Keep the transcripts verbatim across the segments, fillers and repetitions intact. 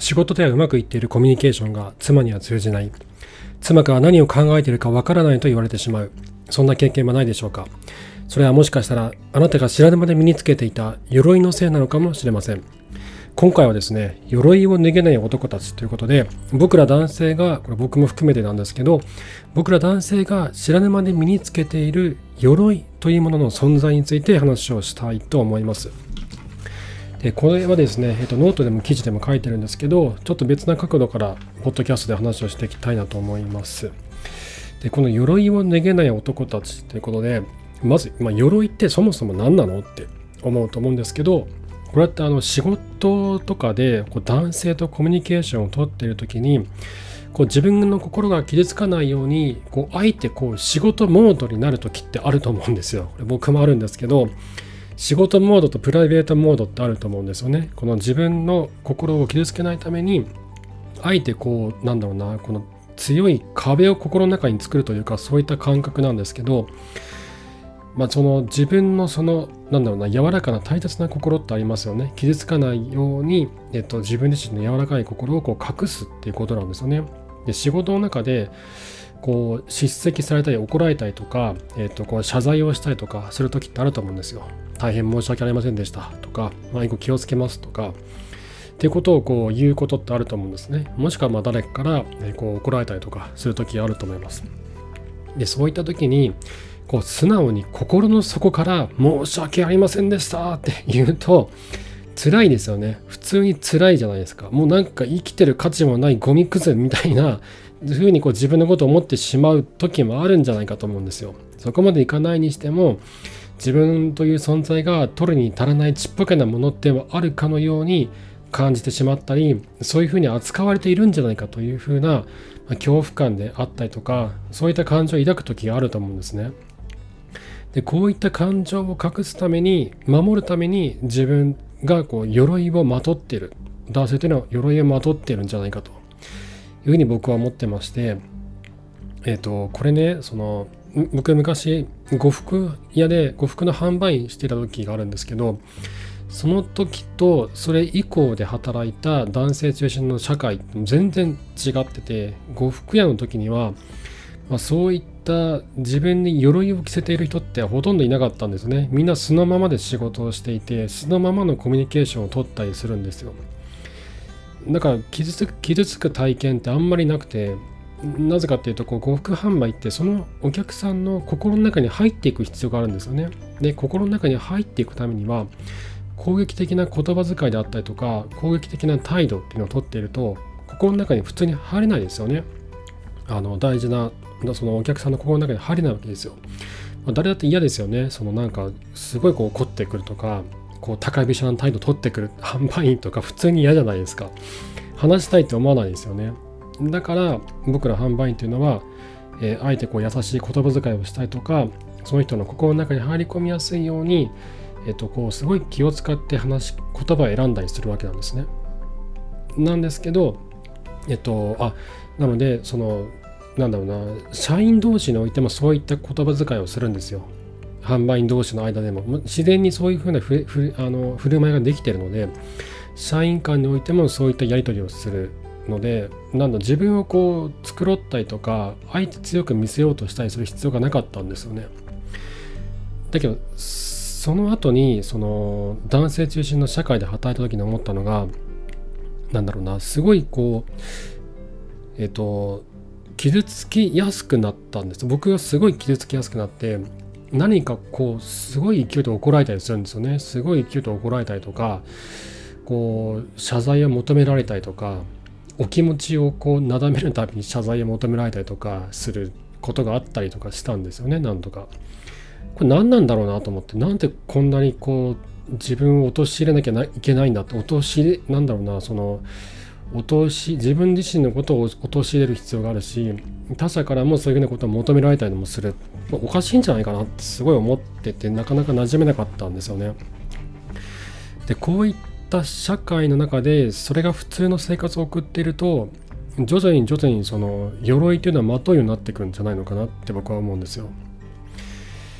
仕事ではうまくいっているコミュニケーションが妻には通じない。妻が何を考えているかわからないと言われてしまう。そんな経験はないでしょうか。それはもしかしたらあなたが知らぬ間で身につけていた鎧のせいなのかもしれません。今回はですね、鎧を脱げない男たちということで、僕ら男性が、これ僕も含めてなんですけど、僕ら男性が知らぬ間で身につけている鎧というものの存在について話をしたいと思います。でこれはですね、えっと、ノートでも記事でも書いてるんですけど、ちょっと別な角度からポッドキャストで話をしていきたいなと思います。でこの鎧を脱げない男たちということで、まず、まあ、鎧ってそもそも何なのって思うと思うんですけど、これってあの仕事とかでこう男性とコミュニケーションを取っている時に、こう自分の心が傷つかないようにこうあえてこう仕事モードになる時ってあると思うんですよ。これ僕もあるんですけど、仕事モードとプライベートモードってあると思うんですよね。この自分の心を傷つけないためにあえてこうなんだろうな、この強い壁を心の中に作るというか、そういった感覚なんですけど、まあ、その自分のそのなんだろうな、柔らかな大切な心ってありますよね。傷つかないように、えっと、自分自身の柔らかい心をこう隠すっていうことなんですよね。で仕事の中でこう叱責されたり怒られたりとか、えっと、こう謝罪をしたりとかする時ってあると思うんですよ。大変申し訳ありませんでしたとか、まあ、以後気をつけますとかっていうことをこう言うことってあると思うんですね。もしくはまあ誰かからこう怒られたりとかする時あると思います。でそういった時にこう素直に心の底から申し訳ありませんでしたって言うと辛いですよね。普通に辛いじゃないですか。もうなんか生きてる価値もないゴミくずみたいなふうにこう自分のことを思ってしまう時もあるんじゃないかと思うんですよ。そこまでいかないにしても、自分という存在が取るに足らないちっぽけなものではあるかのように感じてしまったり、そういうふうに扱われているんじゃないかというふうな恐怖感であったりとか、そういった感情を抱く時があると思うんですね。でこういった感情を隠すために、守るために自分がこう鎧をまとっている、男性というのは鎧をまとっているんじゃないかというふうに僕は思ってまして、えっとこれね、その僕昔呉服屋で呉服の販売員していた時があるんですけど、その時とそれ以降で働いた男性中心の社会全然違ってて、呉服屋の時には、まあ、そういった自分に鎧を着せている人ってほとんどいなかったんですね。みんな素のままで仕事をしていて、素のままのコミュニケーションを取ったりするんですよ。だから傷つく、傷つく体験ってあんまりなくて、なぜかっていうと、こう呉服販売ってそのお客さんの心の中に入っていく必要があるんですよね。で心の中に入っていくためには攻撃的な言葉遣いであったりとか、攻撃的な態度っていうのを取っていると心の中に普通に入れないですよね。あの大事なそのお客さんの心の中に入れないわけですよ。まあ、誰だって嫌ですよね。そのなんかすごいこう怒ってくるとか、こう高飛車な態度取ってくる販売員とか普通に嫌じゃないですか。話したいって思わないですよね。だから僕ら販売員というのは、えー、あえてこう優しい言葉遣いをしたりとか、その人の心の中に入り込みやすいように、えっと、こうすごい気を使って話言葉を選んだりするわけなんですね。なんですけど、えっとあなのでそのなんだろうな、社員同士においてもそういった言葉遣いをするんですよ。販売員同士の間でも自然にそういうふうなふふあの振る舞いができているので、社員間においてもそういったやり取りをするので、なんだ自分をこう繕ったりとか、あえて強く見せようとしたりする必要がなかったんですよね。だけどその後にその男性中心の社会で働いた時に思ったのが、なんだろうな、すごいこうえっと傷つきやすくなったんです。僕がすごい傷つきやすくなって、何かこうすごい勢いで怒られたりするんですよね。すごい勢いで怒られたりとか、こう謝罪を求められたりとか、お気持ちをこうなだめるたびに謝罪を求められたりとかすることがあったりとかしたんですよね。なんとかこれ何なんだろうなと思って、なんでこんなにこう自分を陥れなきゃいけないんだって、陥れなんだろうな、その落とし自分自身のことを陥れる必要があるし、他者からもそういうふうなことを求められたりもする、おかしいんじゃないかなってすごい思ってて、なかなか馴染めなかったんですよね。でこういった社会の中でそれが普通の生活を送っていると、徐々に徐々にその鎧というのはまとうようになってくるんじゃないのかなって僕は思うんですよ。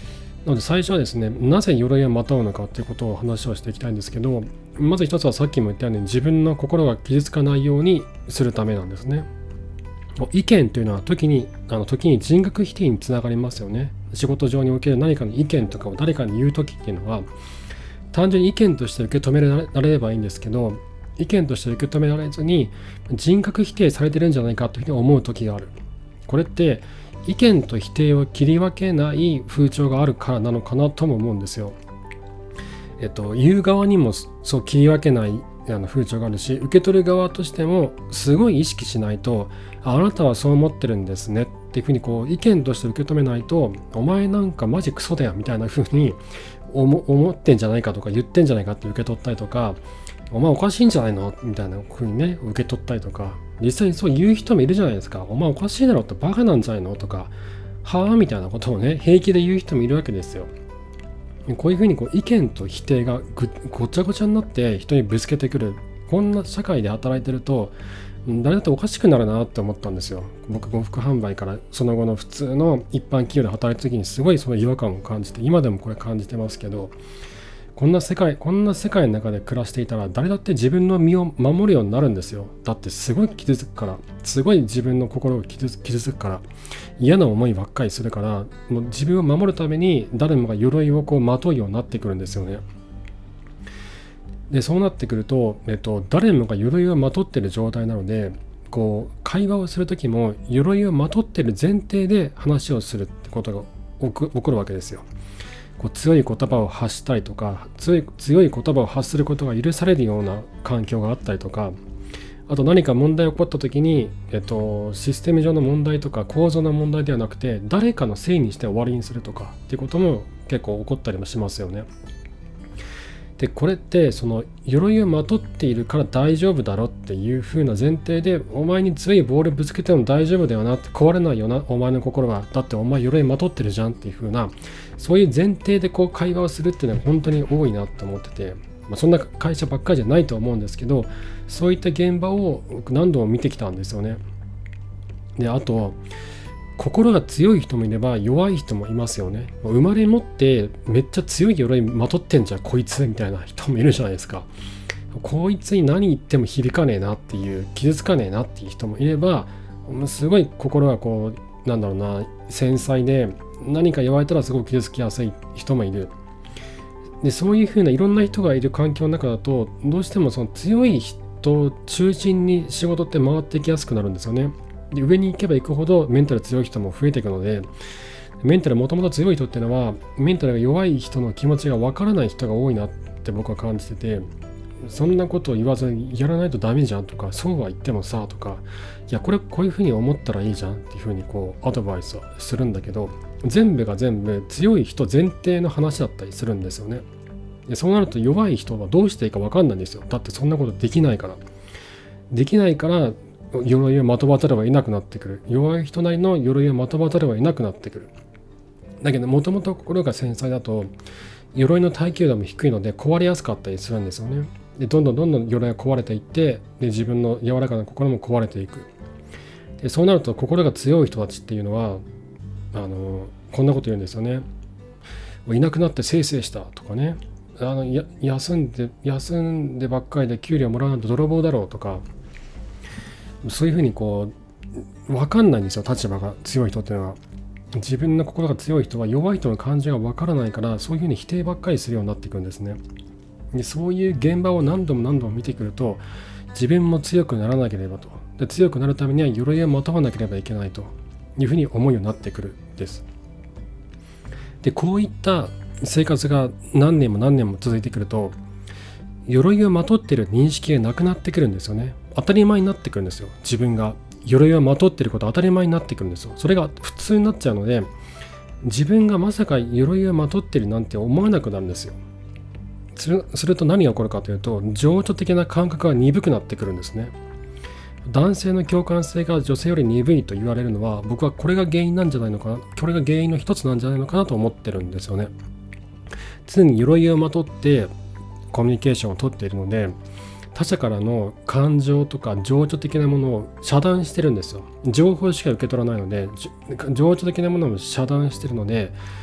なので最初はですね、なぜ鎧をまとうのかということを話をしていきたいんですけど、まず一つはさっきも言ったように自分の心が傷つかないようにするためなんですね。意見というのは時にあの時に人格否定につながりますよね。仕事上における何かの意見とかを誰かに言う時っていうのは、単純に意見として受け止められればいいんですけど、意見として受け止められずに人格否定されてるんじゃないかというふうに思う時がある。これって意見と否定を切り分けない風潮があるからなのかなとも思うんですよ。えっと、言う側にもそう切り分けないあの風潮があるし、受け取る側としてもすごい意識しないと、あなたはそう思ってるんですねっていうふうにこう意見として受け止めないと、お前なんかマジクソだよみたいなふうに思思ってんじゃないかとか言ってんじゃないかって受け取ったりとか、お前おかしいんじゃないのみたいなふうにね受け取ったりとか、実際にそう言う人もいるじゃないですか。お前おかしいだろってバカなんじゃないのとか、はあみたいなことをね平気で言う人もいるわけですよ。こういうふうにこう意見と否定がぐごちゃごちゃになって人にぶつけてくる、こんな社会で働いてると誰だっておかしくなるなって思ったんですよ。僕呉服販売からその後の普通の一般企業で働いた時にすごいその違和感を感じて、今でもこれ感じてますけど、こんな世界こんな世界の中で暮らしていたら誰だって自分の身を守るようになるんですよ。だってすごい傷つくから、すごい自分の心が傷つ傷つくから、嫌な思いばっかりするから、もう自分を守るために誰もが鎧をこうまとうようになってくるんですよね。でそうなってくると、えっと、誰もが鎧をまとっている状態なので、こう会話をする時も鎧をまとっている前提で話をするってことが起こ起こるわけですよ。こう強い言葉を発したりとか、強い、強い言葉を発することが許されるような環境があったりとか、あと何か問題が起こった時に、えっと、システム上の問題とか構造の問題ではなくて、誰かのせいにして終わりにするとかっていうことも結構起こったりもしますよね。でこれってその鎧をまとっているから大丈夫だろっていう風な前提で、お前に強いボールぶつけても大丈夫だよなって、壊れないよなお前の心は、だってお前鎧まとってるじゃんっていう風な、そういう前提でこう会話をするっていうのは本当に多いなと思ってて、まあ、そんな会社ばっかりじゃないと思うんですけど、そういった現場を何度も見てきたんですよね。であと心が強い人もいれば弱い人もいますよね。生まれ持ってめっちゃ強い鎧まとってんじゃんこいつみたいな人もいるじゃないですか。こいつに何言っても響かねえなっていう、傷つかねえなっていう人もいれば、すごい心がこうなんだろうな繊細で、何か言われたらすごく傷つきやすい人もいる。でそういうふうないろんな人がいる環境の中だと、どうしてもその強い人を中心に仕事って回っていきやすくなるんですよね。で上に行けば行くほどメンタル強い人も増えていくので、メンタルもともと強い人っていうのはメンタルが弱い人の気持ちがわからない人が多いなって僕は感じてて、そんなことを言わずにやらないとダメじゃんとか、そうは言ってもさとか、いやこれこういうふうに思ったらいいじゃんっていうふうにこうアドバイスをするんだけど、全部が全部強い人前提の話だったりするんですよね。でそうなると弱い人はどうしていいか分かんないんですよ。だってそんなことできないからできないから鎧をまとばざるを得なくなってくる。弱い人なりの鎧をまとばざるを得なくなってくる。だけどもともと心が繊細だと鎧の耐久度も低いので壊れやすかったりするんですよね。でどんどんどんどん鎧が壊れていって、で自分の柔らかな心も壊れていく。でそうなると心が強い人たちっていうのはあのこんなこと言うんですよね。いなくなってせいせいしたとかね、あのや休んで休んでばっかりで給料もらわないと泥棒だろうとか、そういうふうにこう分かんないんですよ。立場が強い人っていうのは、自分の心が強い人は弱い人の感情が分からないから、そういうふうに否定ばっかりするようになっていくんですね。でそういう現場を何度も何度も見てくると、自分も強くならなければと、で強くなるためには鎧をまとわなければいけないというふうに思うようになってくるんです。でこういった生活が何年も何年も続いてくると、鎧をまとっている認識がなくなってくるんですよね。当たり前になってくるんですよ。自分が鎧をまとっていること当たり前になってくるんですよ。それが普通になっちゃうので、自分がまさか鎧をまとっているなんて思わなくなるんですよ。する、すると何が起こるかというと、情緒的な感覚が鈍くなってくるんですね。男性の共感性が女性より鈍いと言われるのは、僕はこれが原因なんじゃないのかな、これが原因の一つなんじゃないのかなと思ってるんですよね。常に鎧をまとってコミュニケーションをとっているので、他者からの感情とか情緒的なものを遮断してるんですよ。情報しか受け取らないので、情緒的なものを遮断してるので、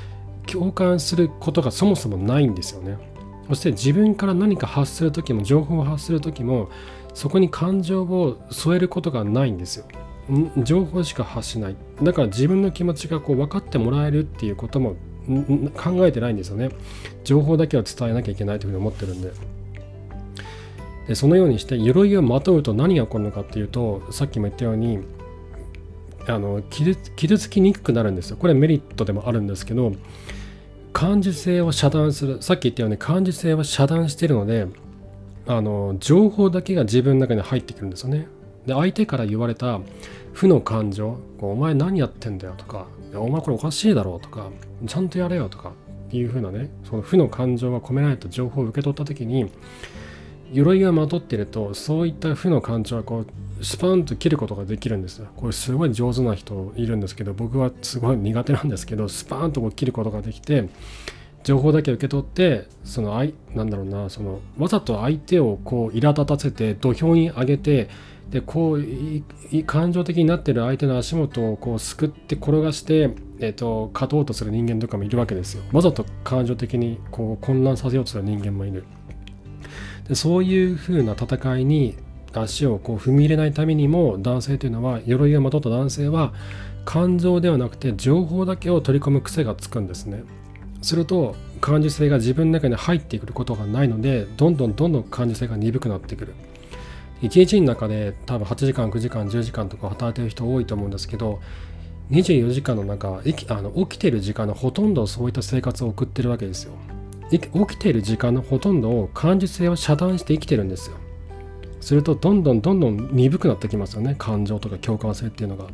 共感することがそもそもないんですよね。そして自分から何か発する時も情報を発する時もそこに感情を添えることがないんですよ。情報しか発しない。だから自分の気持ちがこう分かってもらえるっていうことも考えてないんですよね。情報だけは伝えなきゃいけないというふうに思ってるんで。でそのようにして鎧をまとうと何が起こるのかっていうと、さっきも言ったようにあの 傷, 傷つきにくくなるんですよ。これメリットでもあるんですけど、感受性を遮断する。さっき言ったように感受性を遮断しているので、あの情報だけが自分の中に入ってくるんですよね。で相手から言われた負の感情、こうお前何やってんだよとか、お前これおかしいだろうとか、ちゃんとやれよとかっていう風なね、その負の感情が込められた情報を受け取った時に、鎧がまとっているとそういった負の感情はこうスパンと切ることができるんですよ。これすごい上手な人いるんですけど、僕はすごい苦手なんですけど、スパーンとこう切ることができて、情報だけ受け取って、そのあいなんだろうな、そのわざと相手をこう苛立たせて土俵に上げて、でこう感情的になっている相手の足元をこうすくって転がして、えー、と勝とうとする人間とかもいるわけですよ。わざと感情的にこう混乱させようとする人間もいる。でそういう風な戦いに足をこう踏み入れないためにも、男性というのは、鎧をまとった男性は感情ではなくて情報だけを取り込む癖がつくんですね。すると感受性が自分の中に入ってくることがないので、どんどんどんどん感受性が鈍くなってくる。一日の中で多分はちじかんくじかんじゅうじかんとか働いてる人多いと思うんですけど、にじゅうよじかんの中、あの起きている時間のほとんどそういった生活を送ってるわけですよ。起きている時間のほとんどを感受性を遮断して生きてるんですよ。するとどんどんどんどん鈍くなってきますよね、感情とか共感性っていうのが。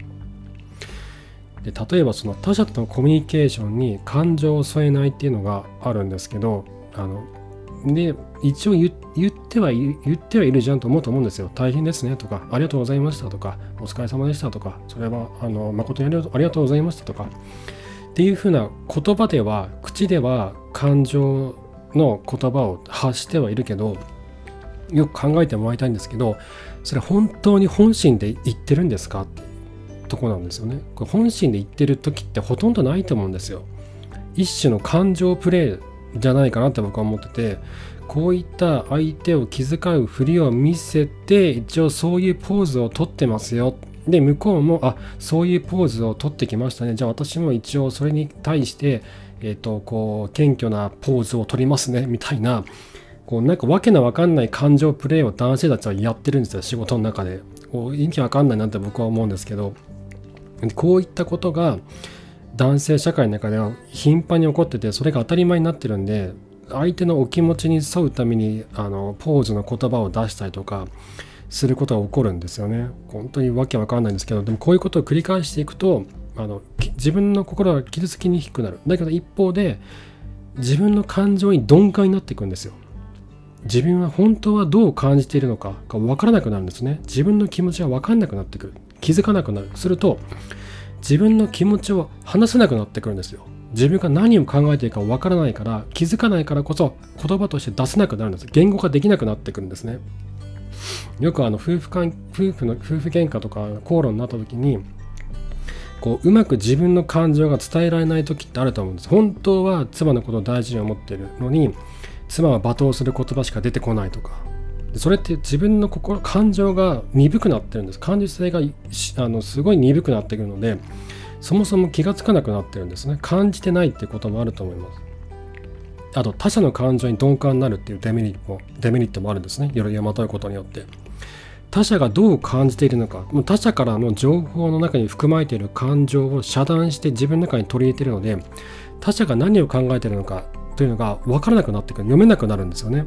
で例えばその他者とのコミュニケーションに感情を添えないっていうのがあるんですけど、あので一応 言, 言っては言ってはいるじゃんと思うと思うんですよ。大変ですねとか、ありがとうございましたとか、お疲れ様でしたとか、それはあの誠にありがとうございましたとかっていうふうな言葉では、口では感情の言葉を発してはいるけど、よく考えてもらいたいんですけど、それ本当に本心で言ってるんですかってとこなんですよね。これ本心で言ってる時ってほとんどないと思うんですよ。一種の感情プレイじゃないかなって僕は思ってて、こういった相手を気遣うふりを見せて、一応そういうポーズをとってますよ。で向こうもあそういうポーズをとってきましたね、じゃあ私も一応それに対してえっとこう謙虚なポーズを取りますねみたいな、こうなんかわけのわかんない感情プレイを男性たちはやってるんですよ、仕事の中で。こう意味わかんないなって僕は思うんですけど、こういったことが男性社会の中では頻繁に起こってて、それが当たり前になってるんで、相手のお気持ちに沿うためにあのポーズの言葉を出したりとかすることが起こるんですよね。本当にわけわかんないんですけど、でもこういうことを繰り返していくと、あの自分の心が傷つきにくくなる。だけど一方で自分の感情に鈍感になっていくんですよ。自分は本当はどう感じているのかが分からなくなるんですね。自分の気持ちが分かんなくなってくる。気づかなくなる。すると自分の気持ちを話せなくなってくるんですよ。自分が何を考えているか分からないから、気づかないからこそ言葉として出せなくなるんです。言語化できなくなってくるんですね。よくあの夫婦間夫婦の夫婦喧嘩とか口論になった時に、こううまく自分の感情が伝えられない時ってあると思うんです。本当は妻のことを大事に思っているのに、妻は罵倒する言葉しか出てこないとか、それって自分の心感情が鈍くなってるんです。感受性があのすごい鈍くなってくるので、そもそも気がつかなくなってるんですね。感じてないっていうこともあると思います。あと他者の感情に鈍感になるっていうデメリットもデメリットもあるんですね。鎧をまとうことによって他者がどう感じているのか、他者からの情報の中に含まれている感情を遮断して自分の中に取り入れているので、他者が何を考えているのかというのが分からなくなってくる、読めなくなるんですよね。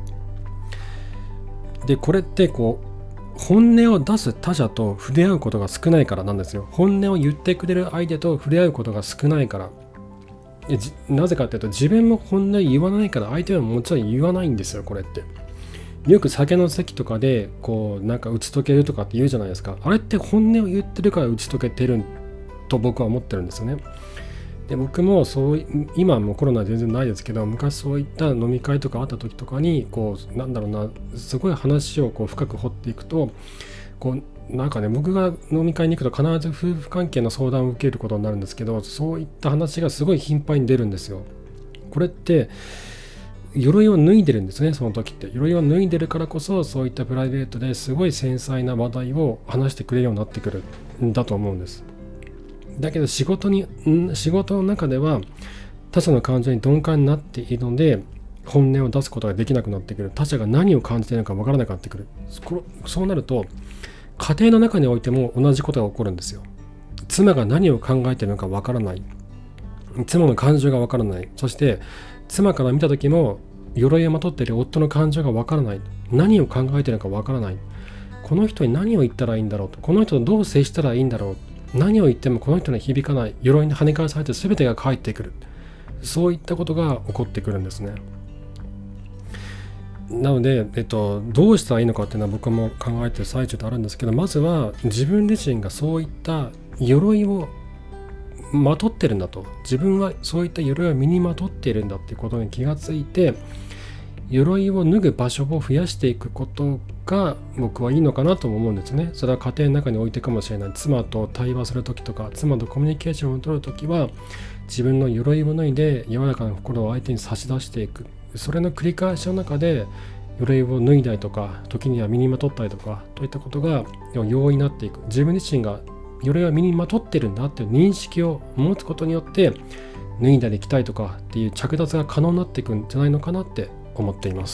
でこれってこう本音を出す他者と触れ合うことが少ないからなんですよ。本音を言ってくれる相手と触れ合うことが少ないから。なぜかというと、自分も本音言わないから相手はもちろん言わないんですよ。これってよく酒の席とかでこうなんか打ち解けるとかって言うじゃないですか。あれって本音を言ってるから打ち解けてると僕は思ってるんですよね。で僕もそう今はもうコロナ全然ないですけど、昔そういった飲み会とかあった時とかにこうなんだろうな、すごい話をこう深く掘っていくと、こうなんかね、僕が飲み会に行くと必ず夫婦関係の相談を受けることになるんですけど、そういった話がすごい頻繁に出るんですよ。これって鎧を脱いでるんですね。その時って鎧を脱いでるからこそ、そういったプライベートですごい繊細な話題を話してくれるようになってくるんだと思うんです。だけど仕事に仕事の中では他者の感情に鈍感になっているので、本音を出すことができなくなってくる。他者が何を感じているのかわからなくなってくる。そうなると家庭の中においても同じことが起こるんですよ。妻が何を考えているのかわからない。妻の感情がわからない。そして妻から見た時も鎧をまとっている夫の感情がわからない。何を考えているのかわからない。この人に何を言ったらいいんだろうと。この人とどう接したらいいんだろう。何を言ってもこの人に響かない。鎧に跳ね返されて全てが返ってくる。そういったことが起こってくるんですね。なので、えっと、どうしたらいいのかっていうのは僕も考えている最中であるんですけど、まずは自分自身がそういった鎧をまとってるんだと、自分はそういった鎧を身にまとっているんだっていうことに気がついて、鎧を脱ぐ場所を増やしていくことが僕はいいのかなとも思うんですね。それは家庭の中においてかもしれない。妻と対話するときとか、妻とコミュニケーションを取るときは、自分の鎧を脱いで柔らかな心を相手に差し出していく。それの繰り返しの中で鎧を脱いだりとか、時には身にまとったりとかといったことが容易になっていく。自分自身が鎧は身にまとってるんだっていう認識を持つことによって、脱いだり着たりとかっていう着脱が可能になっていくんじゃないのかなって思っています。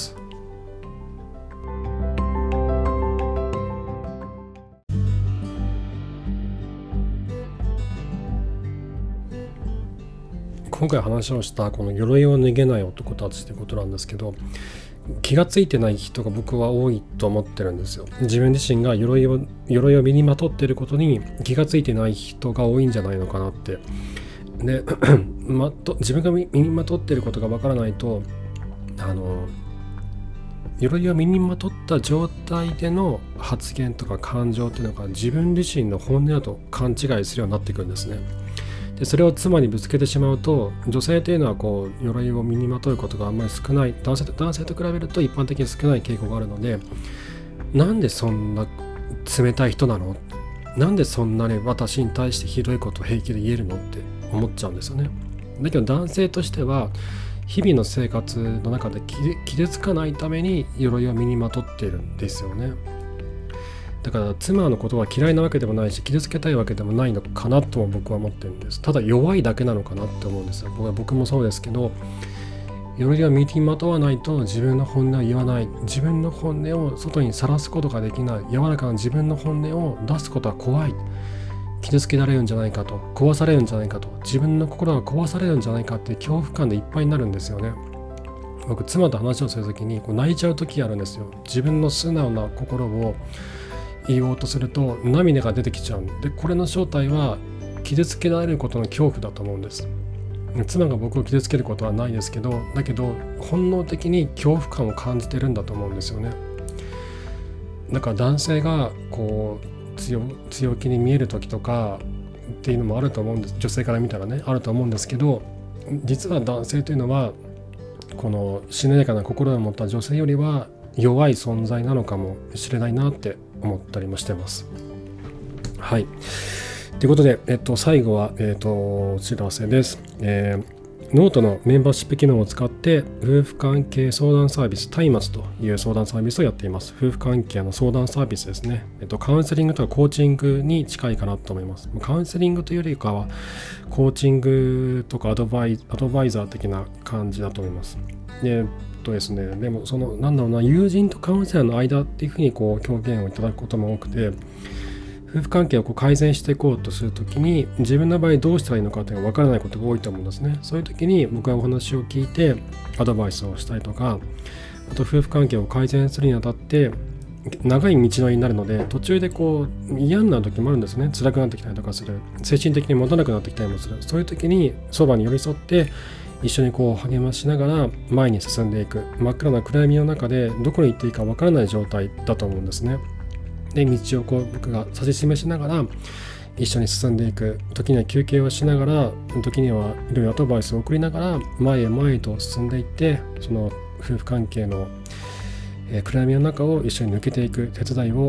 今回話をしたこの鎧を脱げない男たちってことなんですけど、気がついてない人が僕は多いと思ってるんですよ。自分自身が鎧を鎧を身にまとっていることに気がついてない人が多いんじゃないのかなって。で、まと自分が身にまとっていることがわからないと、あの鎧を身にまとった状態での発言とか感情っていうのが自分自身の本音だと勘違いするようになっていくんですね。でそれを妻にぶつけてしまうと、女性というのはこう鎧を身にまとうことがあんまり少ない、男性と男性と比べると一般的に少ない傾向があるので、なんでそんな冷たい人なの、なんでそんなに私に対してひどいことを平気で言えるのって思っちゃうんですよね。だけど男性としては日々の生活の中で傷つかないために鎧を身にまとっているんですよね。だから妻のことは嫌いなわけでもないし、傷つけたいわけでもないのかなとも僕は思ってるんです。ただ弱いだけなのかなって思うんですよ。僕は僕もそうですけど、鎧を身にまとわないと自分の本音を言わない、自分の本音を外にさらすことができない、柔らかな自分の本音を出すことは怖い、傷つけられるんじゃないかと、壊されるんじゃないかと、自分の心が壊されるんじゃないかっていう恐怖感でいっぱいになるんですよね。僕妻と話をするときにこう泣いちゃう時あるんですよ。自分の素直な心を言おうとすると涙が出てきちゃうんで、これの正体は傷つけられることの恐怖だと思うんです。妻が僕を傷つけることはないですけど、だけど本能的に恐怖感を感じてるんだと思うんですよね。だから男性がこう 強, 強気に見える時とかっていうのもあると思うんです。女性から見たらね、あると思うんですけど、実は男性というのはこのしなやかな心を持った女性よりは弱い存在なのかもしれないなって思ったりもしてます。はい。ということで、えっと、最後は、えっと、お知らせです。えー、ノートのメンバーシップ機能を使って夫婦関係相談サービスタイマツという相談サービスをやっています。夫婦関係の相談サービスですね。えっと、カウンセリングとかコーチングに近いかなと思います。カウンセリングというよりかはコーチングとかアドバイ、アドバイザー的な感じだと思います。でとですね、でもそのなんだろうな、友人とカウンセラーの間っていうふうにこう表現をいただくことも多くて、夫婦関係をこう改善していこうとするときに自分の場合どうしたらいいのかっていうのが分からないことが多いと思うんですね。そういう時に僕はお話を聞いてアドバイスをしたりとか、あと夫婦関係を改善するにあたって長い道のりになるので、途中でこう嫌になる時もあるんですね。辛くなってきたりとかする、精神的に持たなくなってきたりもする。そういう時にそばに寄り添って一緒にこう励ましながら前に進んでいく。真っ暗な暗闇の中でどこに行っていいか分からない状態だと思うんですね。で道をこう僕が指し示しながら一緒に進んでいく。時には休憩をしながら、時にはいろいろアドバイスを送りながら前へ前へと進んでいって、その夫婦関係の暗闇の中を一緒に抜けていく手伝いを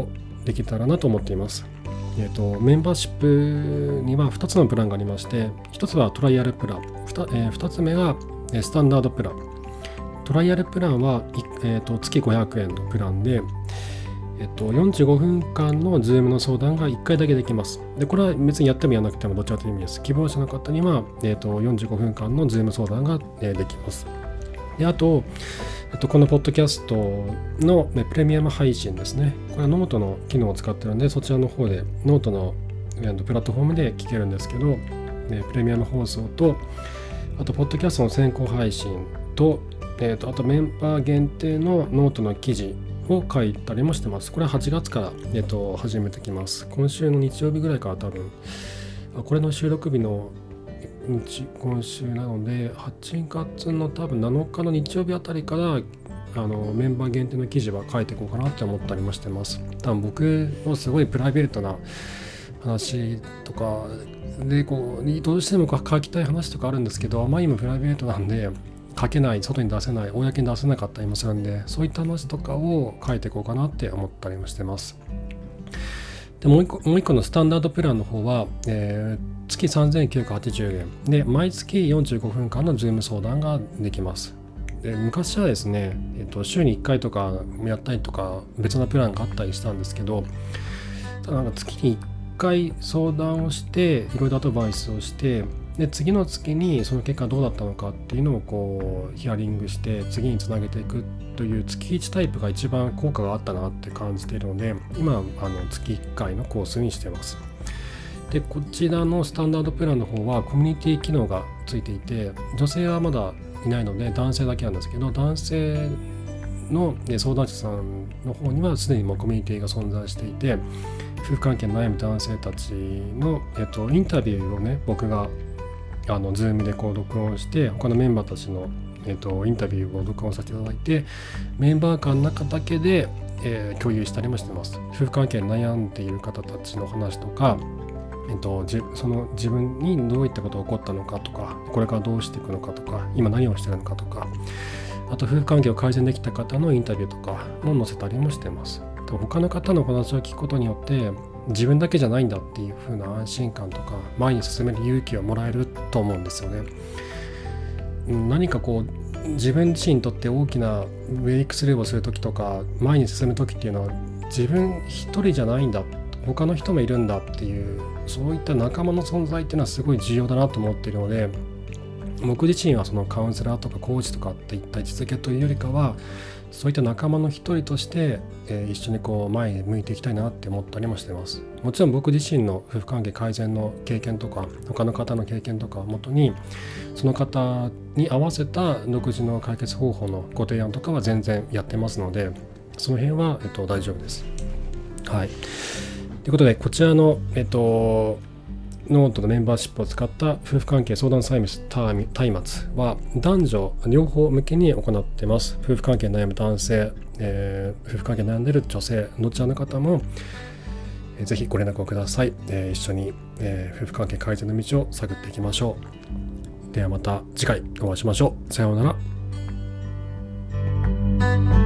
できたらなと思っています。えーと、メンバーシップにはふたつのプランがありまして、ひとつはトライアルプラン、ふた、えー、ふたつめがスタンダードプラン。トライアルプランは、えーと、月ごひゃくえんのプランで、えっと、よんじゅうごふんかんの Zoom の相談がいっかいだけできます。で、これは別にやってもやらなくてもどちらという意味です。希望者の方には、えっと、よんじゅうごふんかんの Zoom 相談ができます。で、あと、えっと、このポッドキャストのプレミアム配信ですね。これはノートの機能を使っているので、そちらの方でノートのプラットフォームで聞けるんですけど、プレミアム放送と、あと、ポッドキャストの先行配信と、えっと、あとメンバー限定のノートの記事を書いたりもしてます。これははちがつから、えっと、始めてきます。今週の日曜日ぐらいから多分、これの収録日の日今週なので、はちがつの多分なのかの日曜日あたりから、あのメンバー限定の記事は書いていこうかなって思ったりもしてます。多分僕のすごいプライベートな話とかで、こう、どうしても書きたい話とかあるんですけど、あまりにもプライベートなんで、書けない、外に出せない、公に出せなかったりもするんで、そういった話とかを書いていこうかなって思ったりもしてます。でもう一個、もう一個のスタンダードプランの方は、えー、月さんぜんきゅうひゃくはちじゅうえんで、毎月よんじゅうごふんかんの Zoom 相談ができます。で、昔はですね、えっと、週にいっかいとかやったりとか、別なプランがあったりしたんですけど、ただなんか月にいっかい相談をして、いろいろアドバイスをして、で次の月にその結果どうだったのかっていうのをこうヒアリングして次につなげていくという月いちタイプが一番効果があったなって感じているので、今あの月いっかいのコースにしてます。でこちらのスタンダードプランの方はコミュニティ機能がついていて、女性はまだいないので男性だけなんですけど、男性の相談者さんの方にはすでにもうコミュニティが存在していて、夫婦関係の悩む男性たちの、えっと、インタビューをね、僕があの Zoom でこう録音して他のメンバーたちの、えー、とインタビューを録音させていただいて、メンバー間の中だけで、えー、共有したりもしてます。夫婦関係に悩んでいる方たちの話とか、えー、とじその自分にどういったことが起こったのかとか、これからどうしていくのかとか、今何をしているのかとか、あと夫婦関係を改善できた方のインタビューとかも載せたりもしてます。他の方の話を聞くことによって自分だけじゃないんだっていう風な安心感とか前に進める勇気をもらえると思うんですよね。何かこう自分自身にとって大きなブレイクスルーをするときとか前に進むときっていうのは自分一人じゃないんだ、他の人もいるんだっていう、そういった仲間の存在っていうのはすごい重要だなと思っているので、僕自身はそのカウンセラーとかコーチとかっていった位置づけというよりかは、そういった仲間の一人として、えー、一緒にこう前に向いていきたいなって思ったりもしてます。もちろん僕自身の夫婦関係改善の経験とか他の方の経験とかをもとに、その方に合わせた独自の解決方法のご提案とかは全然やってますので、その辺は、えっと、大丈夫です。はい。ということで、こちらの、えっとノートのメンバーシップを使った夫婦関係相談サービス松明は男女両方向けに行っています。夫婦関係に悩む男性、えー、夫婦関係に悩んでいる女性、どちらの方も、えー、ぜひご連絡をください。えー、一緒に、えー、夫婦関係改善の道を探っていきましょう。ではまた次回お会いしましょう。さようなら。